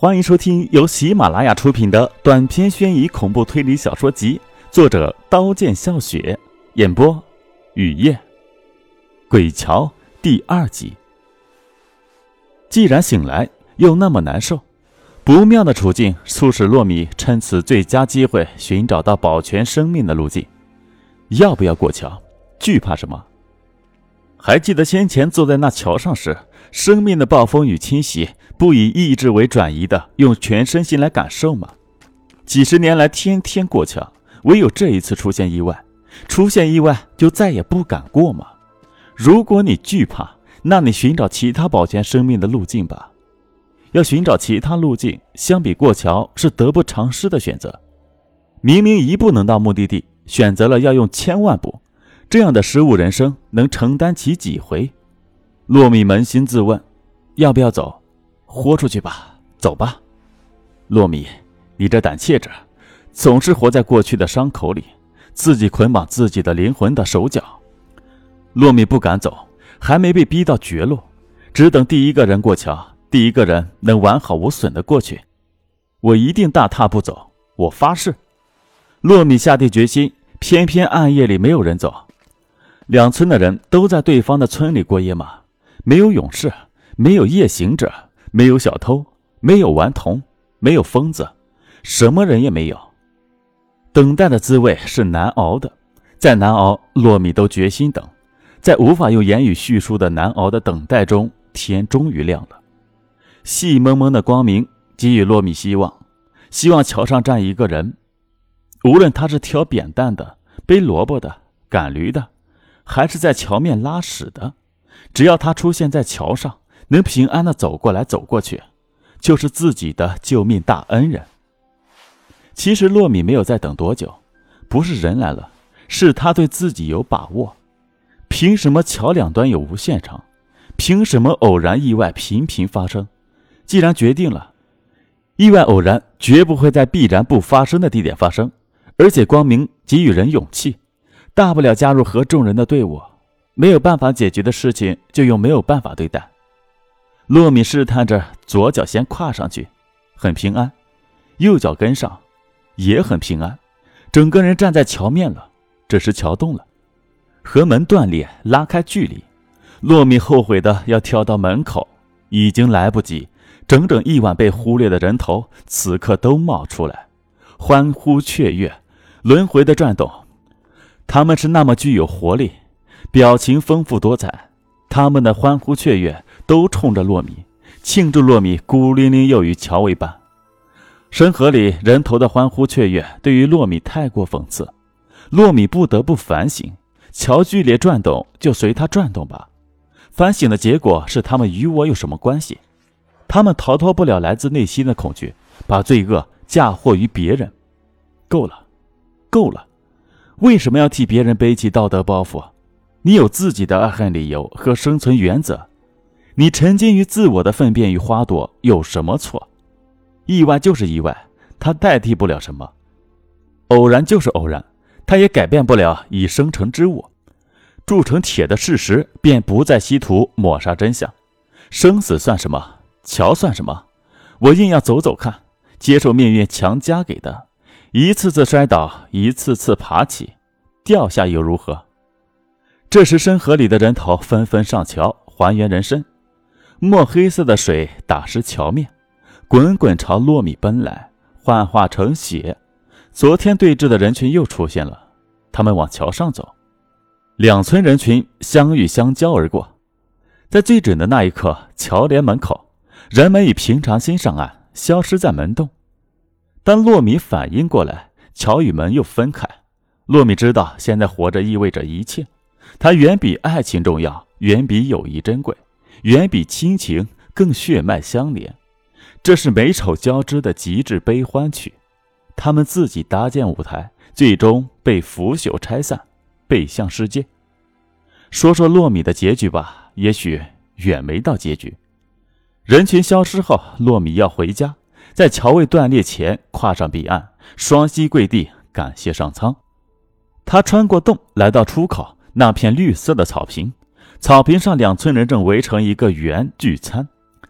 欢迎收听由喜马拉雅出品的短篇悬疑恐怖推理小说集，作者刀剑笑雪，演播雨夜。鬼桥第2集。既然醒来又那么难受，不妙的处境促使洛米趁此最佳机会寻找到保全生命的路径。要不要过桥？惧怕什么？还记得先前坐在那桥上时，生命的暴风雨侵袭，不以意志为转移的用全身心来感受吗？几十年来天天过桥，唯有这一次出现意外，就再也不敢过吗？如果你惧怕，那你寻找其他保全生命的路径吧。要寻找其他路径，相比过桥是得不偿失的选择。明明一步能到目的地，选择了要用1000万步，这样的失误人生能承担起几回？洛米扪心自问，要不要走？豁出去吧，走吧。洛米，你这胆怯者，总是活在过去的伤口里，自己捆绑自己的灵魂的手脚。洛米不敢走，还没被逼到绝路，只等第一个人过桥，第一个人能完好无损的过去，我一定大踏步走，我发誓。洛米下定决心，偏偏暗夜里没有人走。两村的人都在对方的村里过夜吗？没有勇士，没有夜行者，没有小偷，没有顽童，没有疯子，什么人也没有。等待的滋味是难熬的，再难熬，洛米都决心等。在无法用言语叙述的难熬的等待中，天终于亮了。细蒙蒙的光明给予洛米希望，希望桥上站一个人，无论他是挑扁担的、背萝卜的、赶驴的，还是在桥面拉屎的，只要他出现在桥上，能平安地走过来走过去，就是自己的救命大恩人。其实洛米没有再等多久，不是人来了，是他对自己有把握。凭什么桥两端有无限长？凭什么偶然意外频频发生？既然决定了，意外偶然绝不会在必然不发生的地点发生，而且光明给予人勇气，大不了加入和众人的队伍，没有办法解决的事情就用没有办法对待。洛米试探着左脚先跨上去，很平安，右脚跟上，也很平安，整个人站在桥面了。这时桥动了，和门断裂，拉开距离。洛米后悔的要跳到门口，已经来不及，整整1万被忽略的人头此刻都冒出来，欢呼雀跃，轮回的转动。他们是那么具有活力，表情丰富多彩，他们的欢呼雀跃都冲着洛米，庆祝洛米孤零零又与桥为伴。深河里人头的欢呼雀跃对于洛米太过讽刺，洛米不得不反省，桥剧烈转动就随它转动吧，反省的结果是他们与我有什么关系？他们逃脱不了来自内心的恐惧，把罪恶嫁祸于别人。够了，够了，为什么要替别人背起道德包袱？你有自己的爱恨理由和生存原则，你沉浸于自我的粪便与花朵有什么错？意外就是意外，它代替不了什么；偶然就是偶然，它也改变不了已生成之物。铸成铁的事实便不再稀图抹杀真相。生死算什么？桥算什么？我硬要走走看，接受命运强加给的，一次次摔倒，一次次爬起，掉下又如何？这时深河里的人头纷纷上桥，还原人生。墨黑色的水打湿桥面，滚滚朝洛米奔来，幻化成血。昨天对峙的人群又出现了，他们往桥上走。两村人群相遇相交而过，在最准的那一刻，桥连门口，人们以平常心上岸，消失在门洞。当洛米反应过来，桥与门又分开。洛米知道现在活着意味着一切，它远比爱情重要，远比友谊珍贵，远比亲情更血脉相连。这是美丑交织的极致悲欢曲，他们自己搭建舞台，最终被腐朽拆散，背向世界。说说洛米的结局吧，也许远没到结局。人群消失后，洛米要回家，在桥未断裂前跨上彼岸，双膝跪地感谢上苍。他穿过洞来到出口，那片绿色的草坪，草坪上两村人正围成一个圆聚餐。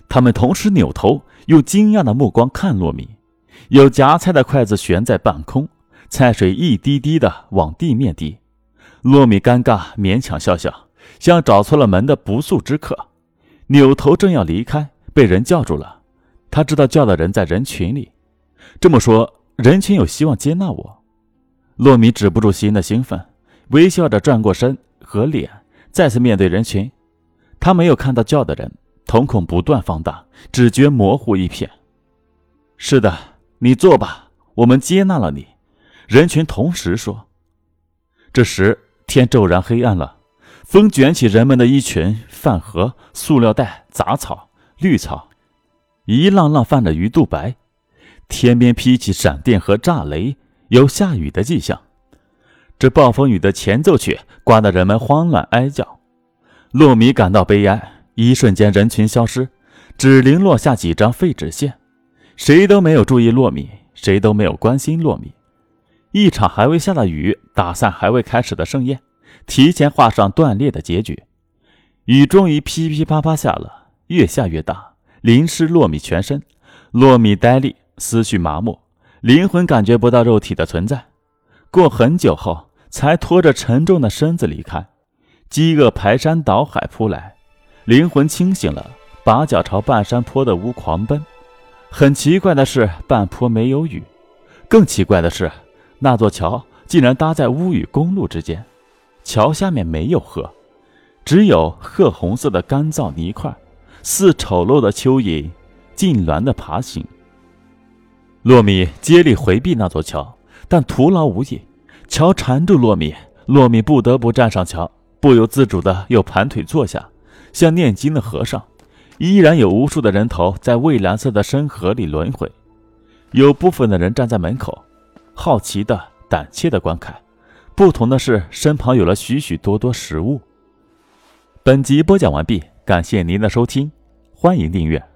他们同时扭头，用惊讶的目光看糯米。有夹菜的筷子悬在半空，菜水一滴滴的往地面滴。糯米尴尬，勉强笑笑，像找错了门的不速之客。扭头正要离开，被人叫住了。他知道叫的人在人群里，这么说，人群有希望接纳我。糯米止不住心的兴奋，微笑着转过身和脸，再次面对人群。他没有看到叫的人，瞳孔不断放大，只觉模糊一片。是的，你坐吧，我们接纳了你。人群同时说。这时天骤然黑暗了，风卷起人们的衣裙、饭盒、塑料袋、杂草、绿草，一浪浪泛着鱼肚白。天边劈起闪电和炸雷，有下雨的迹象。这暴风雨的前奏曲刮得人们慌乱哀叫。糯米感到悲哀，一瞬间人群消失，只零落下几张废纸线。谁都没有注意糯米，谁都没有关心糯米。一场还未下的雨，打散还未开始的盛宴，提前画上断裂的结局。雨终于噼噼啪啪下了，越下越大，淋湿糯米全身。糯米呆立，思绪麻木，灵魂感觉不到肉体的存在。过很久后，才拖着沉重的身子离开。饥饿排山倒海扑来，灵魂清醒了，把脚朝半山坡的屋狂奔。很奇怪的是，半坡没有雨。更奇怪的是，那座桥竟然搭在屋与公路之间。桥下面没有河，只有褐红色的干燥泥块，似丑陋的蚯蚓痉挛地爬行。糯米竭力回避那座桥，但徒劳无益。桥缠住糯米，糯米不得不站上桥，不由自主的又盘腿坐下，像念经的和尚。依然有无数的人头在蔚蓝色的深河里轮回，有部分的人站在门口，好奇的、胆怯的观看。不同的是，身旁有了许许多多食物。本集播讲完毕，感谢您的收听，欢迎订阅。